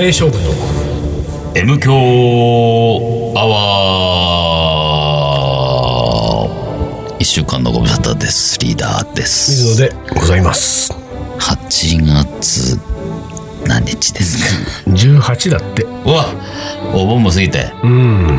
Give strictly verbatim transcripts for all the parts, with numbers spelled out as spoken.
レー勝負の M 強アワー。いっしゅうかんのご無沙汰です。リーダーです。 水野でございます。 はちがつ何日ですか？ じゅうはちだって。 うわ、お盆も過ぎて。 うん。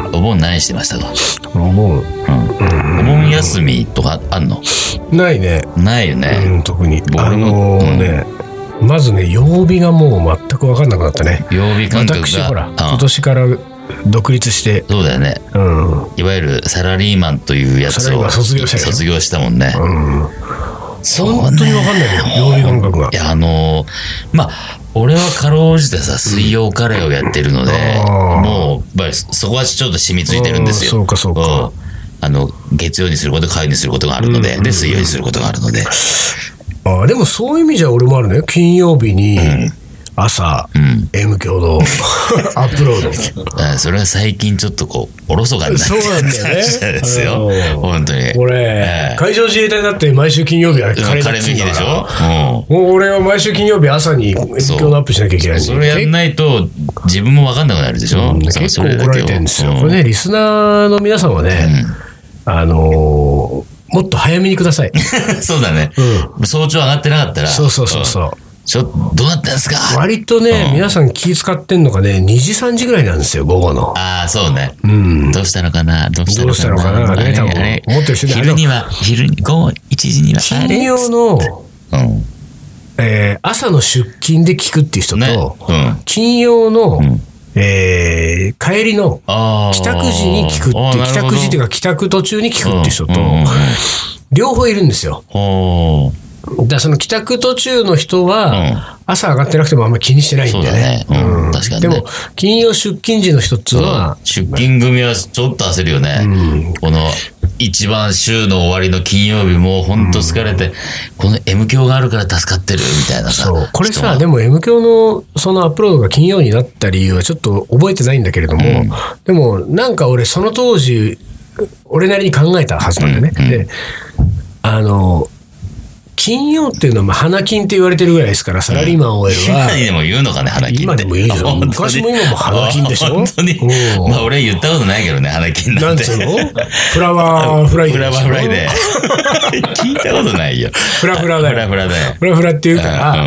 お盆何してましたか？ お盆、うん、 お盆休みとかあんの？ ないね。 ないよね。 うん、特に。 僕あのー、ね、うん、まずね、曜日がもう全く分かんなくなったね。 曜日感覚が。 私ほら、今年から独立して。 そうだよね。うん。いわゆるサラリーマンというやつを卒業した卒業したもんね。 うん。そうね。本当に分かんないよ、曜日感覚が。 いや、あのー、まあ、俺はかろうじてさ、水曜カレーをやってるので、うん、もう、やっぱりそこはちょっと染みついてるんですよ。 そうか、そうか。 あの、月曜にすること、火曜にすることがあるので、うん、で、水曜にすることがあるので。 ああ、でもそういう意味じゃ俺もあるね。金曜日に朝、うん、M 響のアップロード。それは最近ちょっとこう、おろそかになってる話ですよ。本当に。 これ、海上自衛隊だって毎週金曜日はカレーの日でしょ。もう俺は毎週金曜日朝に M 響のアップしなきゃいけないんで。 それやんないと自分も分かんなくなるでしょ。 結構怒られてるんですよ。これね、リスナーの皆さんはね、あのー、もっと早めにください。 そうだね、うん。早朝上がってなかったら。 そうそうそうそう。 ちょっと、どうなってんですか？ 割とね、うん、皆さん気使ってんのがね、にじさんじぐらいなんですよ、午後の。 ああ、そうね。 うん。 どうしたのかなどうしたのかなどうしたのかなね、多分。思ってる人で昼には、昼に、午後いちじには。 金曜の、うん。えー、朝の出勤で聞くっていう人と、ね、うん、金曜の、うん、えー、帰りの帰宅時に聞くっていう、帰宅時っていうか帰宅途中に聞くっていう人と、両方いるんですよ。だからその帰宅途中の人は、朝上がってなくてもあんまり気にしてないんでね。 うん、確かにね。 でも、金曜出勤時の人っていうのは、 出勤組はちょっと焦るよね。うん、この、一番週の終わりの金曜日も本当疲れて、うん、この M 響があるから助かってるみたいなさ。そう。 これさ、でも M 響のそのアップロードが金曜になった理由はちょっと覚えてないんだけれども、うん、でもなんか俺その当時、俺なりに考えたはずなんだよね。うんうん、で、あの、金曜っていうのはまあ花金って言われてるぐらいですから、サラリーマン オーエル は、 今でも言うのかね、花金って。 今でも言うじゃん。昔も今も花金でしょ。 本当に。まあ俺言ったことないけどね、花金なんて。 なんつうの？フラワーフライデー。 フラワーフライデー。聞いたことないよ。 フラフラだよ。 フラフラだよ。 フラフラって言うから、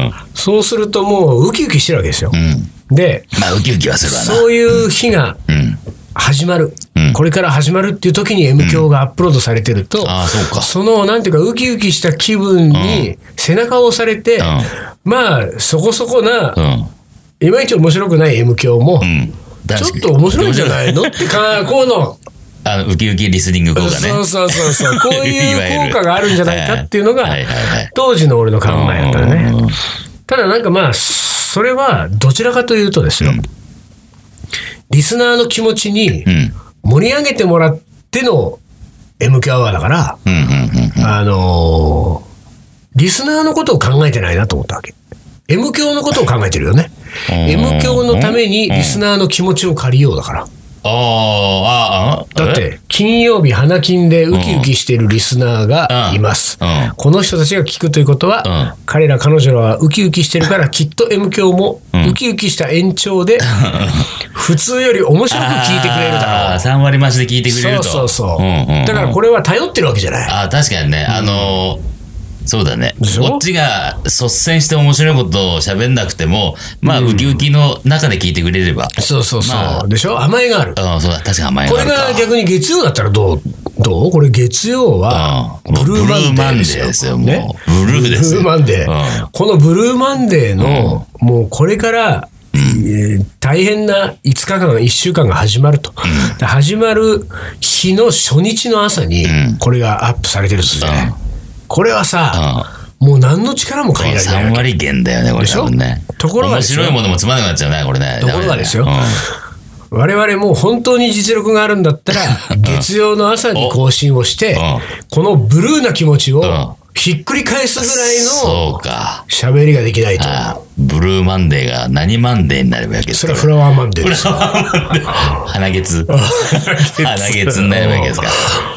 そうするともうウキウキしてるわけですよ。で、 まあウキウキはするわな。 そういう日が始まる。これから始まるっていう時に M 響がアップロードされてると、うん、ああ、そうか。そのなんていうかウキウキした気分に背中を押されて、うん、まあそこそこな、うん、いまいち面白くない M 響も、うん、ちょっと面白いんじゃないのってか、こうのあのウキウキリスニング効果ね。 そうそうそうそう。こういう効果があるんじゃないかっていうのが当時の俺の考えだったね。ただなんかまあそれはどちらかというとですよ、うん、リスナーの気持ちに、うん盛り上げてもらっての M 響アワーだから、うんうんうんうん、あのー、リスナーのことを考えてないなと思ったわけ。M 響のことを考えてるよね。M 響のためにリスナーの気持ちを借りようだから。 ああ、 だって、金曜日花金でウキウキしているリスナーがいます。この人たちが聞くということは、彼ら彼女らはウキウキしてるから、きっと M 響もウキウキした延長で、普通より面白く聞いてくれるだろう。 さん割増しで聞いてくれると。 そうそうそう。だからこれは頼ってるわけじゃない。 ああ、確かにね。あのー、そうだね。こっちが率先して面白いことを喋んなくても、まあ、ウキウキの中で聞いてくれれば。 うん、そうそうそう。まあ、でしょ？甘えがある。 うん、そうだ。確かに甘えがあるか。 これが逆に月曜だったらどうどうこれ月曜は、ブルーマンデーですよ。 もう。ね、ブルーですよ。 ブルーマンデー。うん、このブルーマンデーの、うん、もうこれから、うんえー、大変ないつかかん、いっしゅうかんが始まると。うん、始まる日の初日の朝に、これがアップされてるんですよね。うんこれはさ、うん、もう何の力も借りられない。 さん割減だよね、これ多分ね。 ところが面白いものもつまらなくなっちゃうね、これね。 ところがですよ。うん、我々もう本当に実力があるんだったら、月曜の朝に更新をして、うん、このブルーな気持ちをひっくり返すぐらいの喋りができないと。 ブルーマンデーが何マンデーになればいいわけですか。 それはフラワーマンデーです。 花月。花月になればいいわけですか。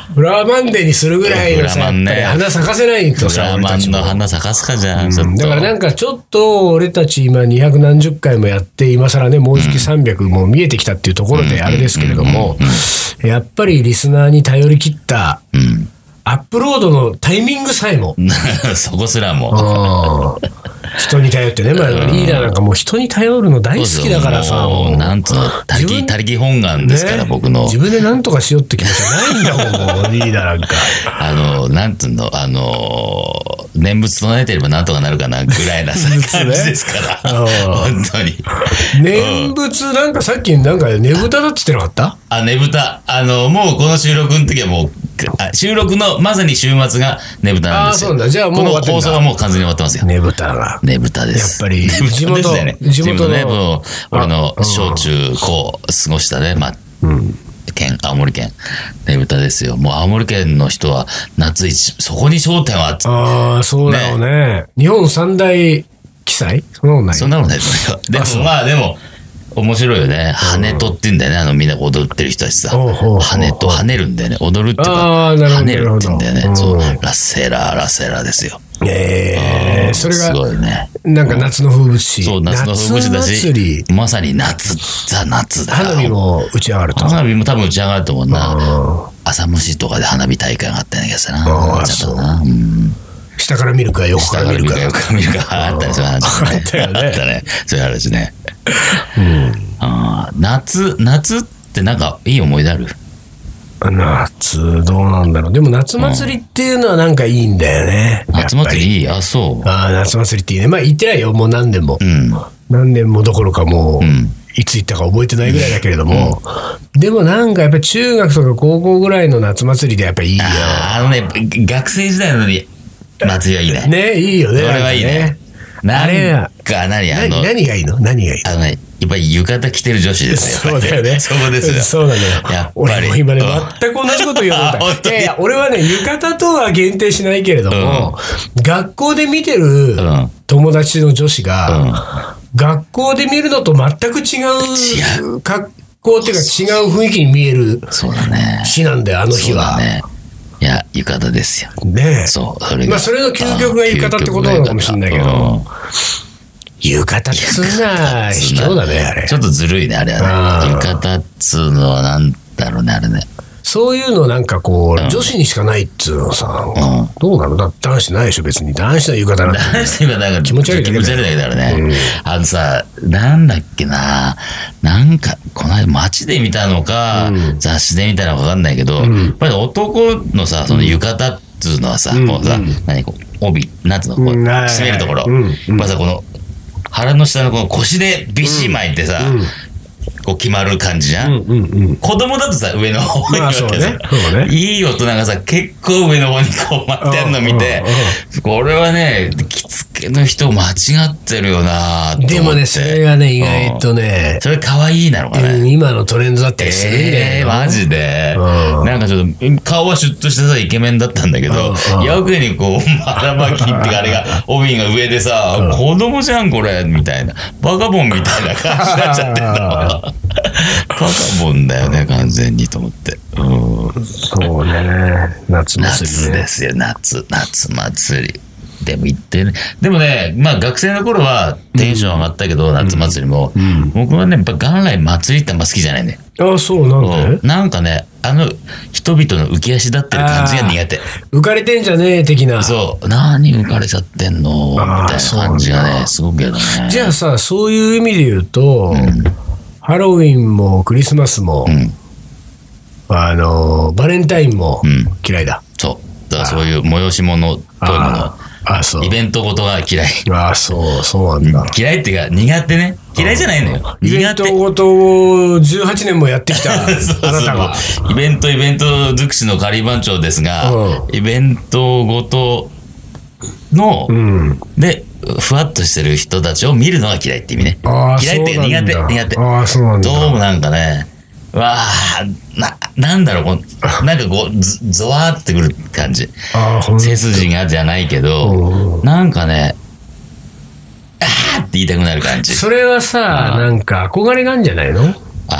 フラワーマンデーにするぐらいのさ、やっぱり花咲かせないとさ、 フラワーマンの花咲かすかじゃん、ちょっと。 だからなんかちょっと俺たち今にひゃくなんじゅっかいもやって、今更ね、もうじきさんびゃくも見えてきたっていうところであれですけれども、やっぱりリスナーに頼り切った、アップロードのタイミングさえも。 そこすらも。 人に頼ってね、まあ、リーダーなんかもう人に頼るの大好きだからさ、 もうなんつうの、他力、他力本願ですから、ね、僕の。 自分で何とかしようって気持ちはないんだもん、もう、リーダーなんか。 あの、なんつうの、あの、念仏唱えてればなんとかなるかな、ぐらいな感じですから。本当に。 念仏、なんかさっきなんかねぶただって言ってなかった？ あ、ねぶた。あの、もうこの収録の時はもう、収録のまさに週末がねぶたなんですよ。 あ、そうなんだ。じゃあもうこの放送はもう完全に終わってますよ。 ねぶたが。 ねぶたです。 やっぱり地元ね、地元ね、もう俺の小中高過ごしたね、まあ、うん、県、青森県、ねぶたですよ。もう青森県の人は夏一、そこに焦点はあって。 ああ、そうだよね。ね、日本三大記載？そんなことない。 そんなことないですよ。でもまあでも、面白いよね。跳とって言うんだよね。あのみんな踊ってる人たちさ。跳と跳ねるんだよね。踊るっていうか、跳ねるって言うんだよね。そう。ラッセラー、ラッセラーですよ。 ええ、それが、 すごいね。 なんか夏の風物詩。 そう、夏の風物詩だし、まさに夏、ザ・夏だ。 花火も打ち上がると。 花火も多分打ち上がると思うな。朝虫とかで花火大会があったんやけどさな。ああ、そう。 下から見るか横から見るか。 下から見るか横から見るか。あったね、そういう話ね。 あったよね。 あったね。そういう話ね。うん、あ夏、夏ってなんかいい思い出ある？ 夏、どうなんだろう。でも夏祭りっていうのはなんかいいんだよね。 うん、夏祭りいい？あ、そう。 ああ、夏祭りっていいね。まあ行ってないよ、もう何年も。うん、何年もどころかもう、うん、いつ行ったか覚えてないぐらいだけれども、うん、でもなんかやっぱり中学とか高校ぐらいの夏祭りでやっぱいいよ。 あ, あのね、学生時代の祭りはいいね。 ね、いいよね。 これはいいね。なんか何あの何がいいの何がいいのあのね、やっぱり浴衣着てる女子ですよ。そうだよね。 そうですよ。 そうだね。やっぱり。俺も今ね、全く同じこと言おうと思った。いやいや、俺はね、浴衣とは限定しないけれども、うん、学校で見てる友達の女子が、うん、学校で見るのと全く違う格好っていうか違う雰囲気に見える日なんだよ、あの日は。 いや、浴衣ですよ。 ねえ。 そう。 それまあ、それの究極が浴衣ってことなのかもしれないけど、浴衣っつうのは卑怯だね、あれ。 ちょっとずるいね、あれはね。浴衣っつうのはなんだろうね、あれね。 そういうのなんかこう、うん、女子にしかないっつうのさ、うん、どうなのだって男子ないでしょ、別に。男子の浴衣なんて。 男子のなんか気持ち悪いだけだ。気持ち悪いだけだからね。うん、あのさ、なんだっけな、なんか、この間街で見たのか、うん、雑誌で見たのかわかんないけど、うん、やっぱり男のさ、その浴衣っつうのはさ、うん、こうさ、うん、何こう、帯、なんつうの、こう、締めるところ。うん、まあさ、この、腹の下のこの腰でビシッ巻いてさ、うんうん、こう決まる感じじゃん、うんうんうん、子供だとさ上の方に、まあそうねそうね、いい大人がさ結構上の方にこう待ってんの見て、これはね着付けの人間違ってるよなと思って。でもねそれがね意外とねそれ可愛いなのかな、うん、今のトレンドだったりするんだよね、えー、マジで、うん、なんかちょっと顔はシュッとしてさイケメンだったんだけど、うん、やけにこう腹巻きってあれが帯が上でさ、うん、子供じゃんこれみたいなバカボンみたいな感じになっちゃってんのバカボンだよね完全にと思って、うん、そうね夏祭りね夏ですよ夏夏祭りでも行ってねでもねまあ学生の頃はテンション上がったけど、うん、夏祭りも、うん、僕はねやっぱ元来祭りってあんま好きじゃないね。ああそうなんでなんかねあの人々の浮き足立ってる感じが苦手。浮かれてんじゃねえ的な。そう何浮かれちゃってんのみたいな感じがねすごく嫌だね。じゃあさそういう意味で言うと、うん、ハロウィンもクリスマスも、うん、あのバレンタインも嫌いだ、うん、そうだからそういう催し物というものあそうイベントごとが嫌い。ああそうそうなんだ。嫌いっていうか苦手ね。嫌いじゃないのよ。イベントごとをじゅうはちねんもやってきたあなたがイベントイベント尽くしの仮番長ですが、うん、イベントごとの、うん、でふわっとしてる人たちを見るのが嫌いって意味ね。嫌いっていうか苦手苦手。あそうなんだ。どうもなんかねわあななんだろうこうなんかこうゾゾワーってくる感じ。背筋がじゃないけどなんかねあーって言いたくなる感じ。それはさなんか憧れがあるんじゃないの？あ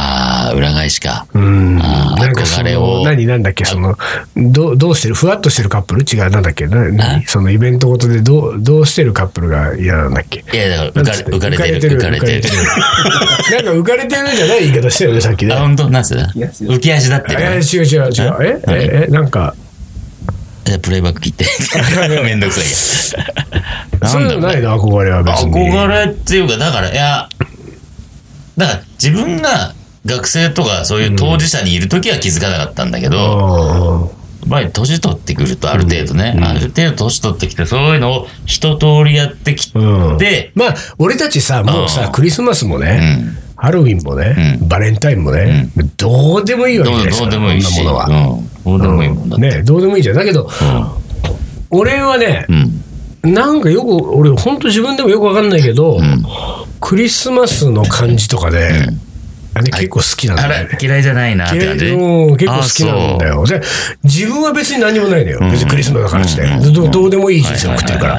あ裏返しか。 うん。 あなんかその何なんだっけそのどどうしてるふわっとしてるカップル違うなんだっけな何そのイベントごとでどうどうしてるカップルが嫌なんだっけ。 いやだから浮かれてる浮かれてるなんか浮かれてるんじゃない言い方したよねさっきね。 あ本当なんす浮き足だってる。 違う違う違うえええなんか。 プレイバック切ってめんどくさいやそういうのないの憧れは別に。 憧れっていうかだからいやだから自分が学生とかそういう当事者にいる時は気づかなかったんだけど、うん、まあ年取ってくるとある程度ね、うん、ある程度年取ってきてそういうのを一通りやってきて、うん、 まあ俺たちさもうさ、うん、クリスマスもね、うんハロウィンもね、うん、バレンタインもね、うん、どうでもいいわけじゃないですか。 どうでもいいし、 こんなものは、 うん、どうでもいいもんだって、 ね、どうでもいいじゃん。だけど、うん、俺はね、うん、なんかよく俺本当自分でもよく分かんないけど、うん、クリスマスの感じとかで、うん、あれ結構好きなんだよね。 あれ嫌いじゃないなって感じ。 うん、結構好きなんだよ。で自分は別に何もないのよ。別にクリスマスだからして、うん、ど, どうでもいい人生を送ってるから。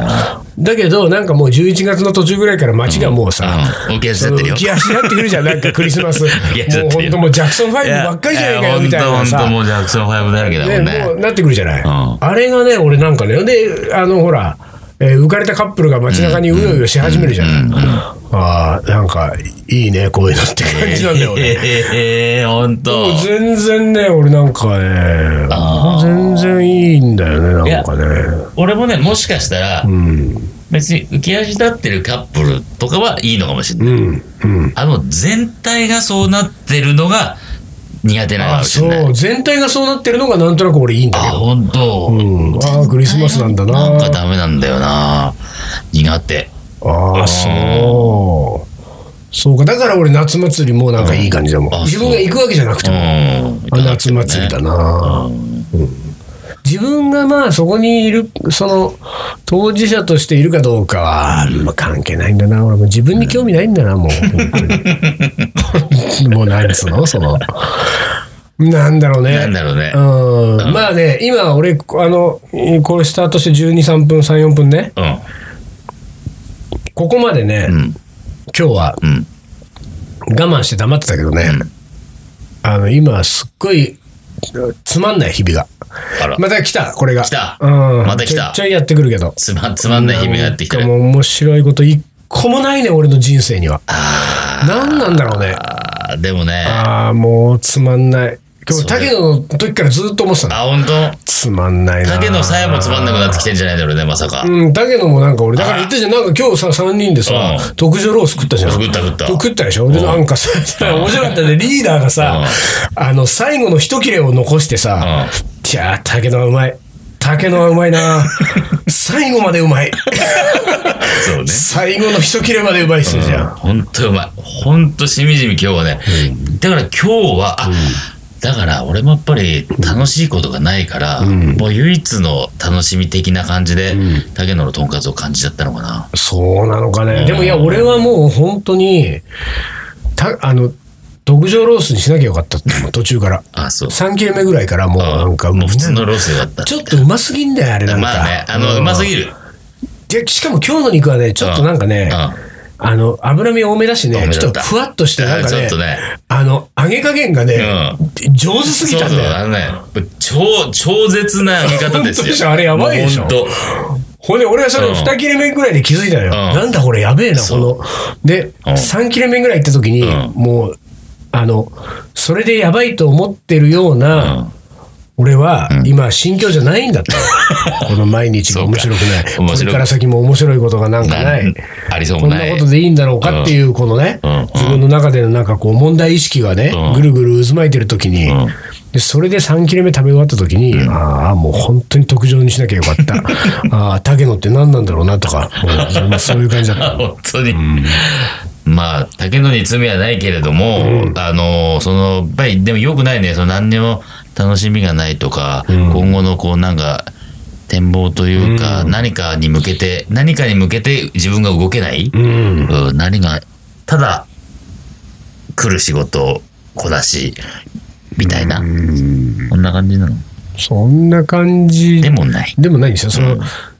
だけどなんかもうじゅういちがつの途中ぐらいから街がもうさ、 うんうん、浮き足立ってるよ。 浮き足立ってくるじゃん。なんかクリスマスもう本当もうジャクソンファイブばっかりじゃないかよみたいなさ。 本当もうジャクソンファイブだらけだもんね。 ねもうなってくるじゃない。うん、あれがね俺なんかねであのほら。えー、浮かれたカップルが街中にうようよし始めるじゃない、うんうんうん、ああなんかいいねこういうのって感じなんだよね。 ええー、ほんともう全然ね俺なんかね全然いいんだよねなんかね。 俺もねもしかしたら、うん、別に浮き足立ってるカップルとかはいいのかもしれない、うんうん、あの全体がそうなってるのが苦手なのかもしれない。 そう全体がそうなってるのがなんとなく俺いいんだけど。 あ本当、うん、 あクリスマスなんだな。 なんかダメなんだよな苦手。 ああそうそうかだから俺夏祭りもなんかいい感じだもん、うん、自分が行くわけじゃなくても、うん、あ夏祭りだな、うんうん、自分がまあそこにいるその当事者としているかどうかは、うんまあ、関係ないんだな。俺も自分に興味ないんだなもう本当にもう何つうのそのなんだろうね。 なんだろうね。 うんうん、まあね今俺あのこれスタートしてじゅうに、さんぷんさん、よんぷんね、うん、ここまでね、うん、今日は、うん、我慢して黙ってたけどね、うん、あの今すっごいつまんない日々がまた来たこれが来た、 うん、 また来たちょいちょいやってくるけどつま、つまんない日々がやってきてる。 なんかもう面白いこと一個もないね俺の人生には。何なんだろうね。 あでもねあもうつまんない。今日竹野の時からずっと思ってたの。 あ本当つまんないな。 竹野さえもつまんなくなってきてんじゃないだろうねまさか。 うん竹野もなんか俺だから言ったじゃんなんか今日ささんにんでさ、うん、特上ロース食ったじゃん。 食った食った食ったでしょ。でなんかさ面白かったねリーダーがさ、うん、あの最後の一切れを残してさ、うん、いや竹野はうまい竹野はうまいな最後までうまいそうね最後の一切れまでうまいっすよじゃん。 本当うまい本当しみじみ今日はね、うん、だから今日はあ、うんだから俺もやっぱり楽しいことがないから、うん、もう唯一の楽しみ的な感じで、うん、竹野のとんかつを感じちゃったのかな。 そうなのかね。でもいや俺はもう本当にたあの特上ロースにしなきゃよかったって途中からあそうさん切れ目ぐらいからもうなんかもう普通のロースだったちょっとうますぎんだよあれなんか。 まあねあのうますぎる。 でしかも今日の肉はねちょっとなんかね、うんあの脂身多めだしねちょっとふわっとしてなんか ね, ねあの揚げ加減がね、うん、上手すぎたんだよ。 そうそうあのね超超絶な揚げ方ですよ。 本当でしょあれやばいでしょ。ほんで俺はそのに切れ目ぐらいで気づいたのよ、うん、なんだこれやべえなこので、うん、さん切れ目ぐらい行った時に、うん、もうあのそれでやばいと思ってるような、うん俺は今心境じゃないんだって、うん、この毎日が面白くないこれから先も面白いことがなんかないありそうもないこんなことでいいんだろうかっていうこのね、うん、自分の中でのなんかこう問題意識がね、うん、ぐるぐる渦巻いてる時に、うん、でそれでさん切れ目食べ終わった時に、うん、ああもう本当に特上にしなきゃよかったああ竹野って何なんだろうなとかもうそういう感じだった本当に、うんまあ竹野に罪はないけれども、うん、あのそのやっぱりでもよくないねその何にも楽しみがないとか、うん、今後のこうなんか展望というか、うん、何かに向けて何かに向けて自分が動けない、うんうん、何がただ来る仕事こなしみたいな、うん、こんな感じなの。 そんな感じでもないでもないんですよその、うん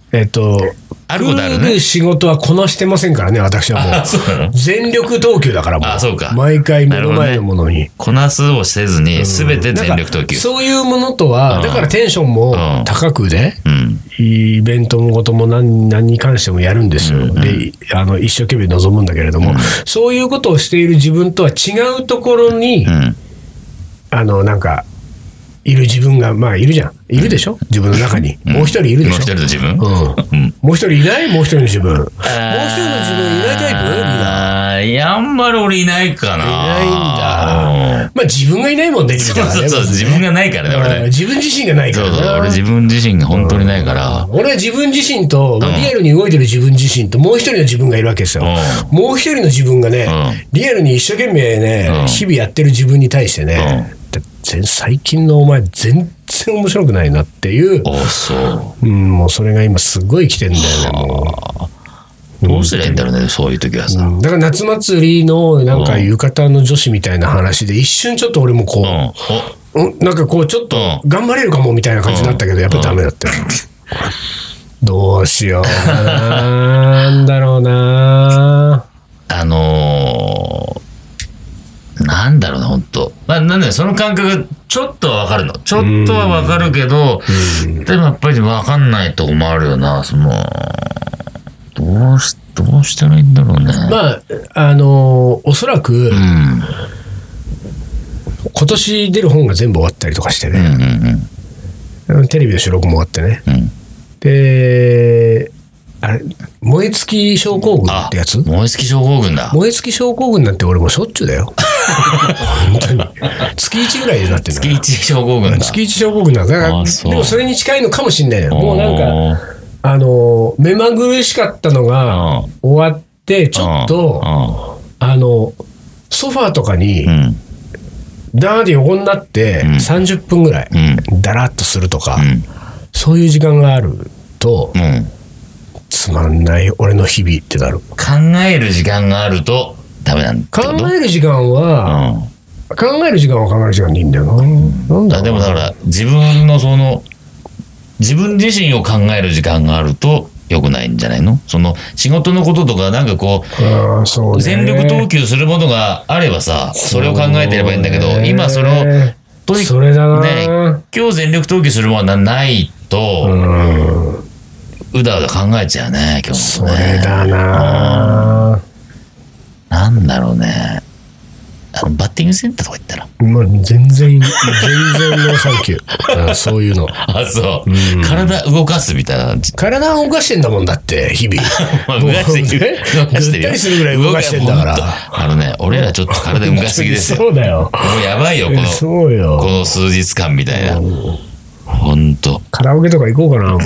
えっと、 あることあるね。 来る仕事はこなしてませんからね、私はもう。全力投球だからもう。 あ、そうか。 毎回目の前のものに。 ね、こなすをせずに、すべて全力投球、 うん。そういうものとは、うん、だからテンションも高くで、うん、イベントのことも何, 何に関してもやるんですよ。うんうん、で、あの、一生懸命臨むんだけれども、うん、そういうことをしている自分とは違うところに、うん、あの、なんか、いる自分が、まあ、いるじゃん。いるでしょ、自分の中に。もう一人いるでしょ。 もう一人の自分、うんうん、もう一人いないもう一人の自分。もう一人の自分いないタイプああ、いや、あんまり俺いないかな。 いないんだ。まあ、自分がいないもんね、 そうそうそう、自分がないからね、俺ね。 自分自身がないからね。 そうそう、俺自分自身が本当にないから。 俺は自分自身と、まあ、リアルに動いてる自分自身と、もう一人の自分がいるわけですよ。もう一人の自分がね、リアルに一生懸命ね、日々やってる自分に対してね、最近のお前全然面白くないなっていう。 あ、そう。 うん、もうそれが今すごい来てんだよね、もう。どうすりゃいいんだろうね、うん、そういう時はさ。 だから夏祭りのなんか浴衣の女子みたいな話で、一瞬ちょっと俺もこう、うん、なんかこうちょっと頑張れるかもみたいな感じになったけど、やっぱダメだったよ。どうしようかな。なんだろうな。 あのー、なんだろうな、本当。まあ、なんだよ、その感覚がちょっとはわかるの。ちょっとはわかるけど、でもやっぱりわかんないとこもあるよな。その、どうし、どうしたらいいんだろうね。 まあ、あのー、おそらく、うん、今年出る本が全部終わったりとかしてね。うんうんうん、テレビの収録も終わってね。うん、で、あれ、燃え尽き症候群ってやつ？ 燃え尽き症候群だ。 燃え尽き症候群なんて俺もしょっちゅうだよ。本当に。月いちぐらいでなってるんだ。 月いち症候群だ。 月いち症候群なんだ。だから、でもそれに近いのかもしれないよ。もうなんか、あの、目まぐるしかったのが終わって、ちょっと、あの、ソファーとかに、ダーで横になってさんじゅっぷんぐらい、だらっとするとか、そういう時間があると、つまんない俺の日々ってなる。 考える時間があるとダメなんだ。 考える時間は、うん、考える時間は考える時間でいいんだよな。なんだろう。 でもだから自分のその自分自身を考える時間があると良くないんじゃないの？その仕事のこととかなんかこう、そうね、全力投球するものがあればさ、それを考えてればいいんだけど、今それをとにかくね、今日全力投球するものはないと。うんうだうだ考えちゃうね、今日もね。 それだな。 なんだろうね。あのバッティングセンターとか行ったら。 まあ、全然、全然ノーサンキュー。そういうの。 あ、そう、うん。体動かすみたいな感じ。 体を動かしてんだもんだって、日々。 まあ、動かしてる。動かしてるよ。ぐったりするぐらい動かしてんだから。あのね、俺らちょっと体動かしすぎですよ。 そうだよ。 もうやばいよ、この、 そうよ。 この数日間みたいな。ほんと。 カラオケとか行こうかな。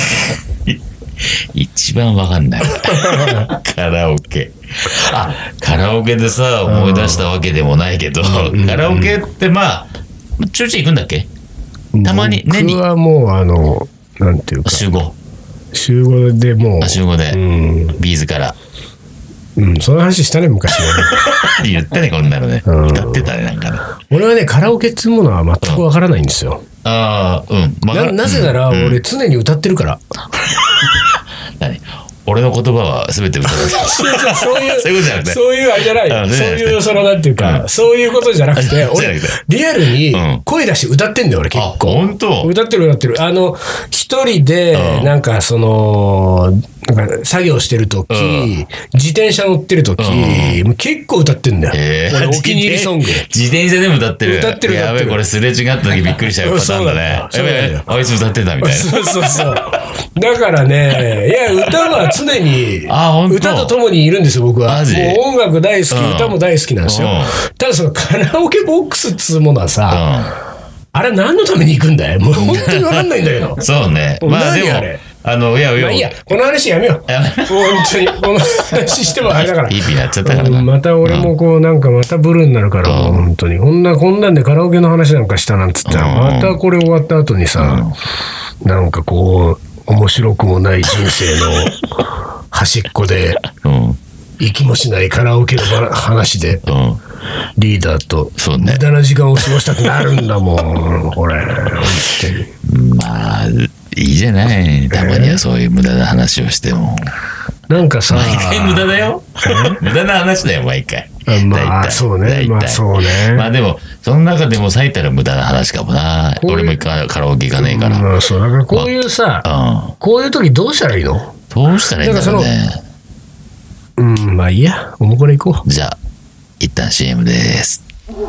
一番わかんない。カラオケ。あ、カラオケでさ、思い出したわけでもないけど、カラオケってまあ、ちょいちょい行くんだっけ？たまに、年に。 僕はもう、あの、なんていうか。 週ご。 週ごでもう。 あ、週ごで、うん、ビーズから。 うん、その話したね、昔ね。 言ったね、こんなのね。歌ってたね、なんかね。 俺はね、カラオケっていうものは全くわからないんですよ。 うん、ああ、うん。 まあ、な, なぜなら、俺常に歌ってるから。 何？俺の言葉は全て歌ってる。 そういう、 そういうことじゃなくて。 そういうあれじゃない。そういう、その、なんていうか、うん、そういうことじゃなくて、俺、リアルに声出して歌ってんだよ、俺結構。 本当？ 歌ってる歌ってる。あの、一人で、なんかその、なんか作業してるとき、うん、自転車乗ってるとき、うん、結構歌ってんだよ。えー、お気に入りソング。 自転車でも歌ってる。 歌ってる。 やべえ、これすれ違ったときびっくりしちゃうパターンだね。やべえ、あいつ歌ってたみたいな。 そうそうそう。だからね、いや、歌は常に、歌と共にいるんですよ、僕は。もう音楽大好き、うん、歌も大好きなんですよ。うん、ただそのカラオケボックスっつうものはさ、うん、あれ何のために行くんだよ。もう本当に分かんないんだけど。 そうね。まあでも、あの、いやいや、 まあいいや、この話やめよう。本当に、この話してもあれだから。 いいピーなっちゃったからな。 また俺もこう、なんかまたブルーになるから、うん、本当に。こんな、こんなんでカラオケの話なんかしたなんつったら、うん、またこれ終わった後にさ、うん、なんかこう、面白くもない人生の端っこで、うん、行きもしないカラオケの話で、うん、リーダーと無駄な時間を過ごしたくなるんだもん、これ。 まあ、 いいじゃない。たまにはそういう無駄な話をしても。 なんかさ、 毎回無駄だよ。無駄な話だよ、毎回。 まあ、そうね。まあ、そうね。 まあでも、その中でも最たる無駄な話かもな。俺もカラオケ行かねえから。 まあ、そう。だからこういうさ、こういう時どうしたらいいの？ どうしたらいいんだろうね。 うん、まあいいや。おもこれ行こう。じゃあ、一旦 シーエム です。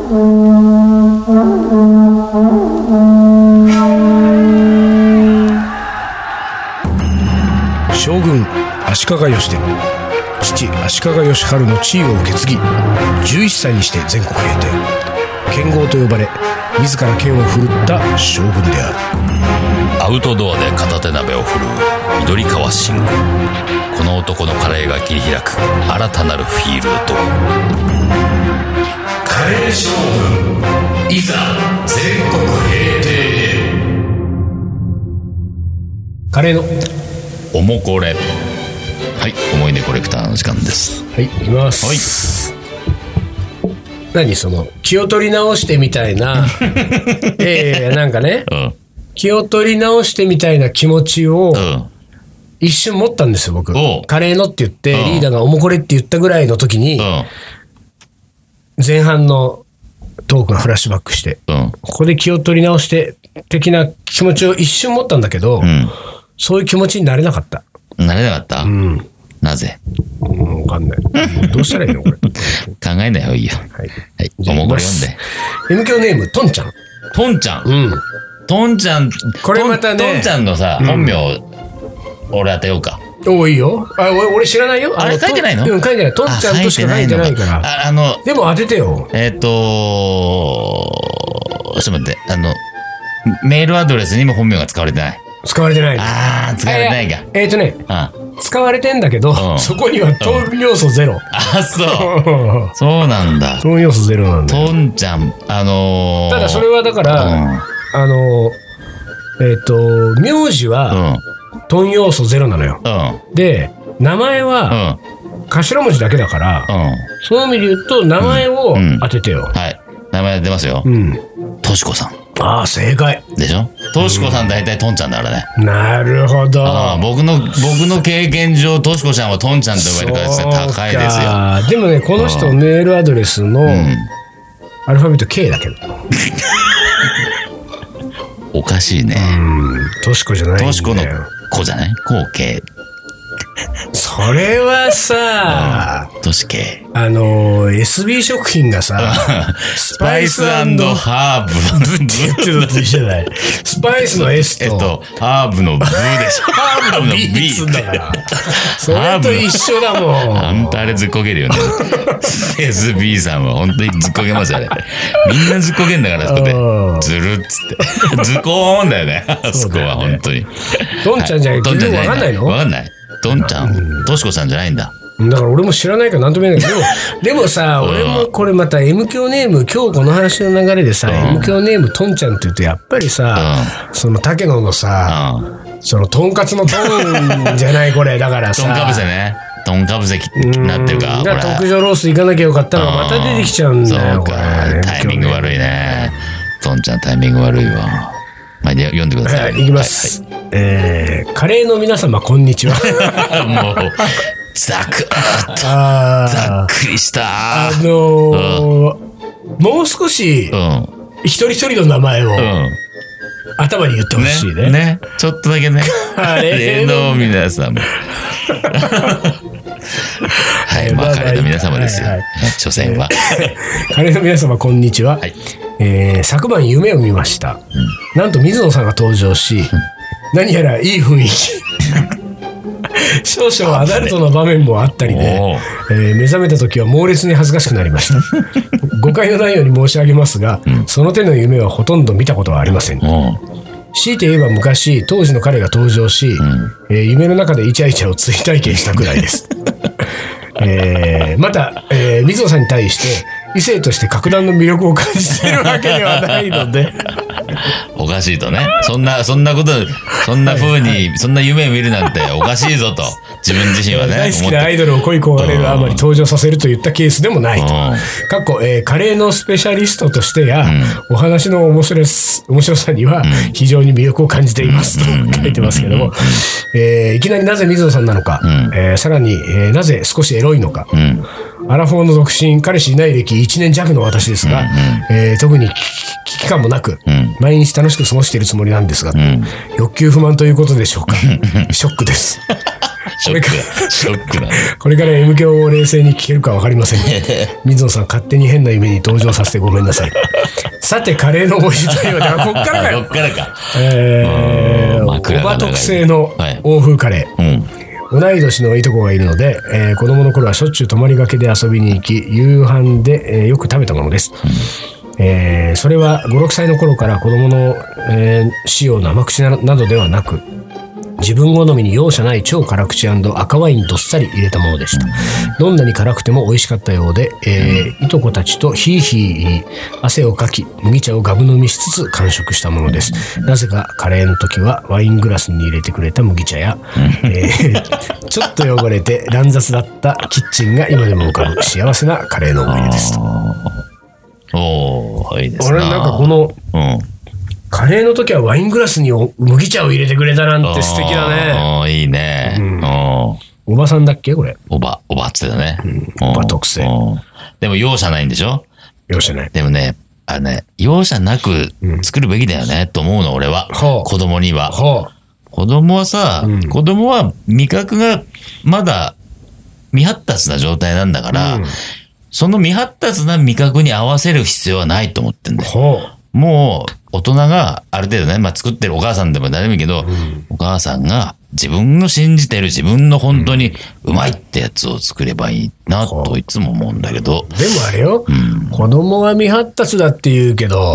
将軍足利義輝、父足利義晴の地位を受け継ぎ、じゅういっさいにして全国平定、剣豪と呼ばれ自ら剣を振るった将軍である。 アウトドアで片手鍋を振るう緑川信吾。この男のカレーが切り開く新たなるフィールド。カレー将軍いざ全国平定へ。 カレーのおもこれ。はい、思い出コレクターの時間です。 はい、いきます。はい、何その気を取り直してみたいなええなんかね、うん、気を取り直してみたいな気持ちを、うん、一瞬持ったんですよ僕。カレーのって言って、うん、リーダーがおもこれって言ったぐらいの時に、うん、前半のトークがフラッシュバックして、うん、ここで気を取り直して的な気持ちを一瞬持ったんだけど、うん、そういう気持ちになれなかった。 なれなかった、うん、なぜ？ うん、わかんない。どうしたらいいのこれ。考えない方がいいよ。はい。はい、おもこれ読んで。 エムキョー ネーム、トンちゃん。 トンちゃんうん。トンちゃん、これまたね。トンちゃんのさ、うん、本名、俺当てようか。 おいいよ。あ、俺、俺知らないよ。 あれ書いてないの？ うん、書いてない。トンちゃんとしか書いてないから。 あ、あの、 でも当ててよ。 えっと、ちょっと待って、あの、メールアドレスにも本名が使われてない。 使われてない。 ああ、使われてないか。 えっとね、使われてんだけど、そこにはトン要素ゼロ。 あ、そう。そうなんだ。 トン要素ゼロなんだ。 トンちゃん、あのただそれはだから、あの、えっと、名字は、トン要素ゼロなのよ。で、名前は、頭文字だけだから、そういう意味で言うと、名前を当ててよ。 はい。名前出ますよ。としこさん。 ああ、正解。 でしょ？としこさん大体トンちゃんだからね。 なるほど。 あ僕の、僕の経験上、としこちゃんはトンちゃんと呼ばれるから高いですよ。 でもね、この人メールアドレスのアルファベット K だけど。 おかしいね。 としこじゃないんだよ。 としこの子じゃない？こう K。 それはさ、 としけあの エスビー 食品がさスパイス&ハーブって言ってたと一緒じゃない。スパイスの S と、えっと、 ハーブのブでしょ。 ハーブの B っつうんだからそれと一緒だもん。 あんたあれずっこけるよね。エスビー さんは本当にずっこけますよね。みんなずっこけんだからそこでずるっつってズコーンだよね。あそこは本当に。 トンちゃんじゃない。 トンちゃんじゃない。 わかんないの？ わかんない。トンちゃん、としこさんじゃないんだ。 だから俺も知らないから何とも言えないけど、でもさ、俺もこれまた M 響ネーム、今日この話の流れでさ、M 響ネームトンちゃんって言うとやっぱりさ、その竹野のさ、そのとんかつのトンじゃないこれ、だからさ。 トンかぶせね。トンかぶせになってるか。 だから特上ロース行かなきゃよかったのがまた出てきちゃうんだよ。 そうか。タイミング悪いね。トンちゃんタイミング悪いわ。まあ、読んでください。 はい、いきます。はいはい、えー、カレーの皆様、こんにちは。 もう、ざくっと、ざっくりした。 あのーうん、もう少し、うん、一人一人の名前を、うん、頭に言ってほしいね。 ね。ね。ちょっとだけね。カレーの皆様。はい、まあ、カレーの皆様ですよ。はいはい、所詮は。 カレーの皆様、こんにちは。はい、えー、昨晩夢を見ました。うん、なんと水野さんが登場し、うん、何やらいい雰囲気。少々アダルトな場面もあったりで、えー、目覚めた時は猛烈に恥ずかしくなりました。誤解のないように申し上げますが、うん、その手の夢はほとんど見たことはありません。強いて言えば昔当時の彼が登場し、うんえー、夢の中でイチャイチャを追体験したくらいです。えー、また、えー、水野さんに対して異性として格段の魅力を感じているわけではないのでおかしいとね。そんな、そんなこと、そんな風に、はい、そんな夢を見るなんておかしいぞと、自分自身はね。 大好きなアイドルを恋焦がれるあまり登場させるといったケースでもないと。かっこ、えー、カレーのスペシャリストとしてや、うん、お話の面白す面白さには非常に魅力を感じています、うん、と書いてますけども、えー、いきなりなぜ水野さんなのか、うん、えー、さらに、えー、なぜ少しエロいのか、うん、アラフォーの独身、彼氏いない歴いちねん弱の私ですが、うんうん、えー、特に危機感もなく、うん、毎日楽しく過ごしているつもりなんですが、うん、欲求不満ということでしょうか。ショックです。 ショックだ。ショックだね。 これから M 響を冷静に聞けるか分かりません。水野さん、勝手に変な夢に登場させてごめんなさい。さて、カレーの美味しいというのは、こっからかよ。 こっからか。 えー、おば特製の欧風カレー。はい、うん、同い年のいとこがいるので、えー、子供の頃はしょっちゅう泊まりがけで遊びに行き、夕飯で、えー、よく食べたものです。うん、えー、それはご、ろくさいの頃から子供の、えー、仕様の甘口などではなく、自分好みに容赦ない超辛口&赤ワインどっさり入れたものでした。どんなに辛くても美味しかったようで、えー、いとこたちとヒーヒー汗をかき、麦茶をガブ飲みしつつ完食したものです。なぜかカレーの時はワイングラスに入れてくれた麦茶や、えー、ちょっと汚れて乱雑だったキッチンが今でも浮かぶ幸せなカレーの思い出です。 おー、いいですね。 俺なんかこの、うん、カレーの時はワイングラスに麦茶を入れてくれたなんて素敵だね。 おー、いいね。うん、 お, おばさんだっけこれ。 おば、おばって言ってたね。 うん、おば特製。 でも容赦ないんでしょ？ 容赦ない。 でもね、あのね、容赦なく作るべきだよね、うん、と思うの、俺は。子供には。子供はさ、うん、子供は味覚がまだ未発達な状態なんだから、うん、その未発達な味覚に合わせる必要はないと思ってんだよ。もう、大人がある程度ね、まあ、作ってるお母さんでも誰でもいいけど、うん、お母さんが自分の信じてる自分の本当にうまいってやつを作ればいいなといつも思うんだけど。 でもあれよ、うん、子供は未発達だって言うけど、うん、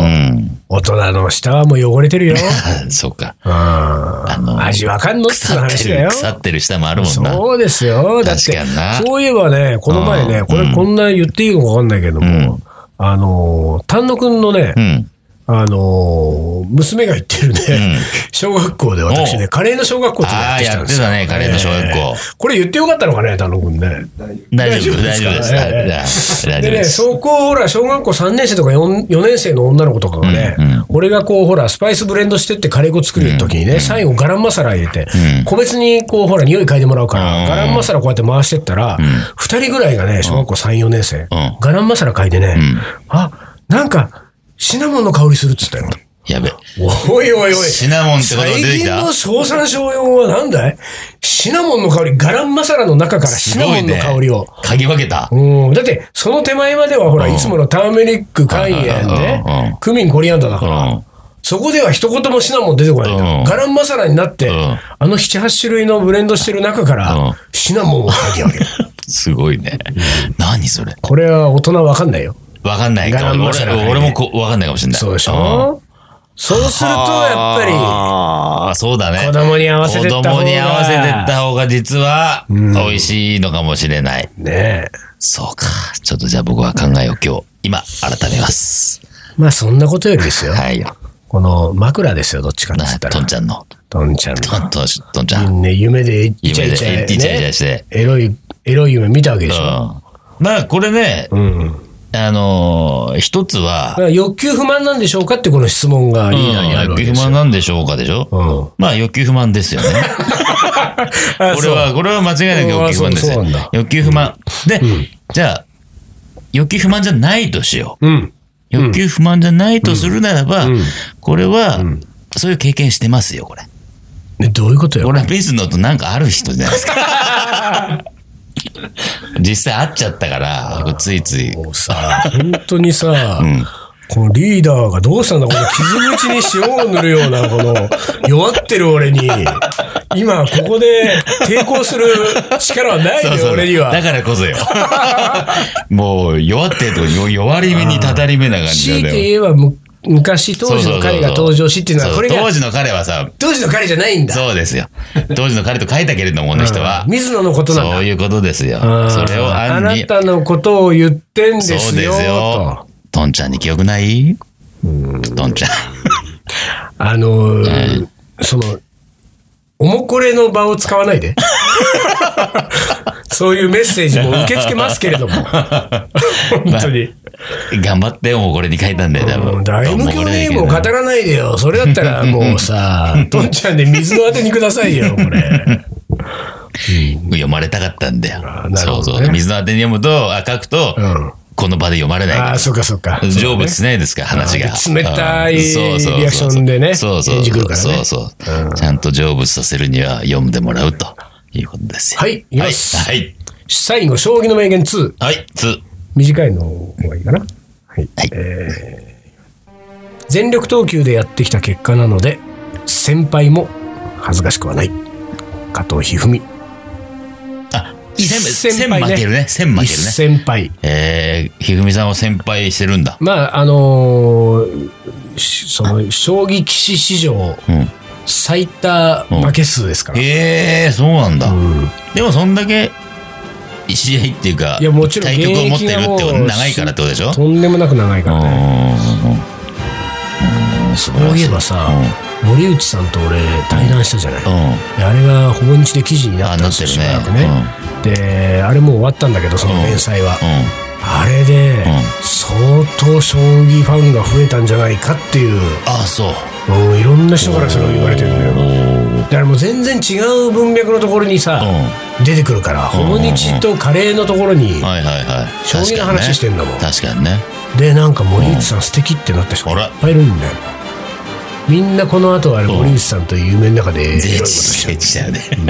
大人の舌はもう汚れてるよ。 そうか。 あの味わかんのって話だよ。 腐ってる舌もあるもんな。 そうですよ。だって確かにな。そういえばね、この前ね、これこんな言っていいのかわかんないけども、うん、あの、丹野くんのね、うん、あのー、娘が行ってるね、うん、小学校で私ね、カレーの小学校ってやってきたんですよ。 ああ、やってたね、カレーの小学校。 えー、これ言ってよかったのかね、丹野くんね。 大丈夫、大丈夫です。 えー、でね、そこ、ほら、小学校さんねん生とか 4, よねん生の女の子とかがね、うんうん、俺がこう、ほら、スパイスブレンドしてってカレー粉作る時にね、うん、最後ガランマサラ入れて、うん、個別にこう、ほら、匂い嗅いでもらうから、うん、ガランマサラこうやって回してったら、ふたりぐらいがね、小学校さん、よねん生、うん、ガランマサラ嗅いでね、うん、あ、なんか、シナモンの香りするっつったよ。 やべ。 おいおいおい。 シナモンってことが出てきた？ 最近の小さん小よんはなんだい？シナモンの香り、ガランマサラの中からシナモンの香りを。 嗅ぎ分けた。 うん。だって、その手前まではほら、いつものターメリック、カイエンね、クミン、コリアンダーだから、そこでは一言もシナモン出てこないんだ。ガランマサラになって、あのなな、はち種類のブレンドしてる中から、シナモンを嗅ぎ分ける。 すごいね。何それ？ これは大人わかんないよ。 わかんないかも。俺もわかんないかもしれない。 そうでしょ？そうすると、やっぱり、 ああ、そうだね。 子供に合わせてった方が。 子供に合わせてった方が実は、美味しいのかもしれない。 うん、ねえ。 そうか。ちょっとじゃあ僕は考えを今日、今、改めます。 まあ、そんなことよりですよ。 はい。 この枕ですよ、どっちかって言ったら。 トンちゃんの。 トンちゃんの。 トン、トン、トンちゃん。 ね、夢でイチャイチャ、 イチャイチャして。 エロい、エロい夢見たわけでしょ。 うん、まあ、これね、うん。あのー、一つは。 欲求不満なんでしょうかってこの質問がリーダーにあるわけですよ。 欲求不満なんでしょうかでしょ、うん、まあ欲求不満ですよね。これは、これは間違いなく欲求不満ですよ。欲求不満。で、うん、じゃあ、欲求不満じゃないとしよう。うん、欲求不満じゃないとするならば、うん、これは、うん、そういう経験してますよ、これ。 どういうことよ。 これは水野となんかある人じゃないですか。実際会っちゃったから、ついつい。 もうさ、本当にさ、うん、このリーダーがどうしたんだ、この傷口に塩を塗るような、この弱ってる俺に、今ここで抵抗する力はないよ、そうそう俺には。 だからこそよ。もう弱ってるとこ弱り目にたたり目な感じだよ。 強いて言えば、 昔当時の彼が登場しっていうのはこれが当時の彼はさ、 当時の彼じゃないんだ。 そうですよ。当時の彼と書いたけれども、この人は、 うん、水野のことなんだ。 そういうことですよ。それをあなたのことを言ってんですよ。そうですよ。 トンちゃんに記憶ない？うんトンちゃん。 あのーうん、そのおもこれの場を使わないで。そういうメッセージも受け付けますけれども。本当に。 頑張ってもこれに書いたんだよ、多分。 だいぶ教ネームを語らないでよ。それだったらもうさ、トンちゃんで水の当てにくださいよ、これ。 うん、読まれたかったんだよ。 ね、 そうそう。水の当てに読むと、あ書くと、うんこの場で読まれないから。 ああ、そうかそうか。 成仏しないですか、話が。 冷たいリアクションでね。 そうそうそうそう。ちゃんと成仏させるには読んでもらうということですよ。 はい、いきます。 はい。 最後、将棋の名言ツー。 はい、ツー。 短いの方がいいかな。はい。えー、全力投球でやってきた結果なので、先輩も恥ずかしくはない。加藤一二三。 先輩ね。負けるね。先負けるね。 先輩。 えー、ひふみさんを先輩してるんだ。 まあ、あのー、その、将棋棋士史上、最多負け数ですから。 うん、えー、そうなんだ。うん、でも、そんだけ、試合っていうか、 いやもちろん対局を持ってるってこと、長いからってことでしょ？ とんでもなく長いからね。そういえばさ、うん、森内さんと俺対談したじゃない、うん、あれがほぼ日で記事になったんですよ、しばらくね、うん、であれもう終わったんだけどその連載は、うんうん、あれで、相当将棋ファンが増えたんじゃないかっていう、 ああそう、 うん、いろんな人からそれを言われてるんだよ。だからもう全然違う文脈のところにさ、うん、出てくるから、ほぼ日とカレーのところに将棋の話してんだもん。 確かにね。 でなんか森内さん素敵ってなった人がいっぱいいるんだよ。みんなこの後は森内さんという夢の中でエッチしちゃうね、うん、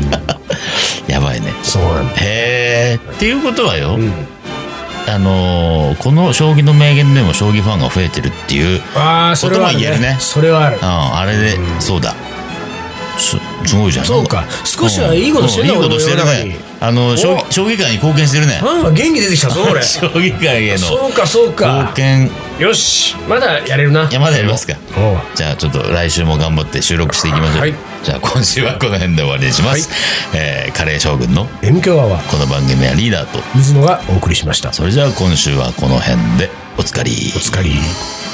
やばいね。 そうなんだ。 へえ。っていうことはよ、うん、あのー、この将棋の名言でも将棋ファンが増えてるっていうことも言えるね。 それはあるね。 うん、あれで、うん、そうだ、す, すごいじゃん。 そうか、少しはいいことしてるね、 うん、いいことしてるね。あの将棋、将棋界に貢献してるね。 ああ、元気出てきたぞ俺。 将棋界へのそうかそうか貢献。 よし、まだやれるな。 いや、まだやりますか。じゃあちょっと来週も頑張って収録していきましょう。はい、じゃあ今週はこの辺で終わりにします。はい、えー、カレー将軍の M 強アワー。 この番組はリーダーと水野がお送りしました。 それじゃあ今週はこの辺でおつかり。 おつかり。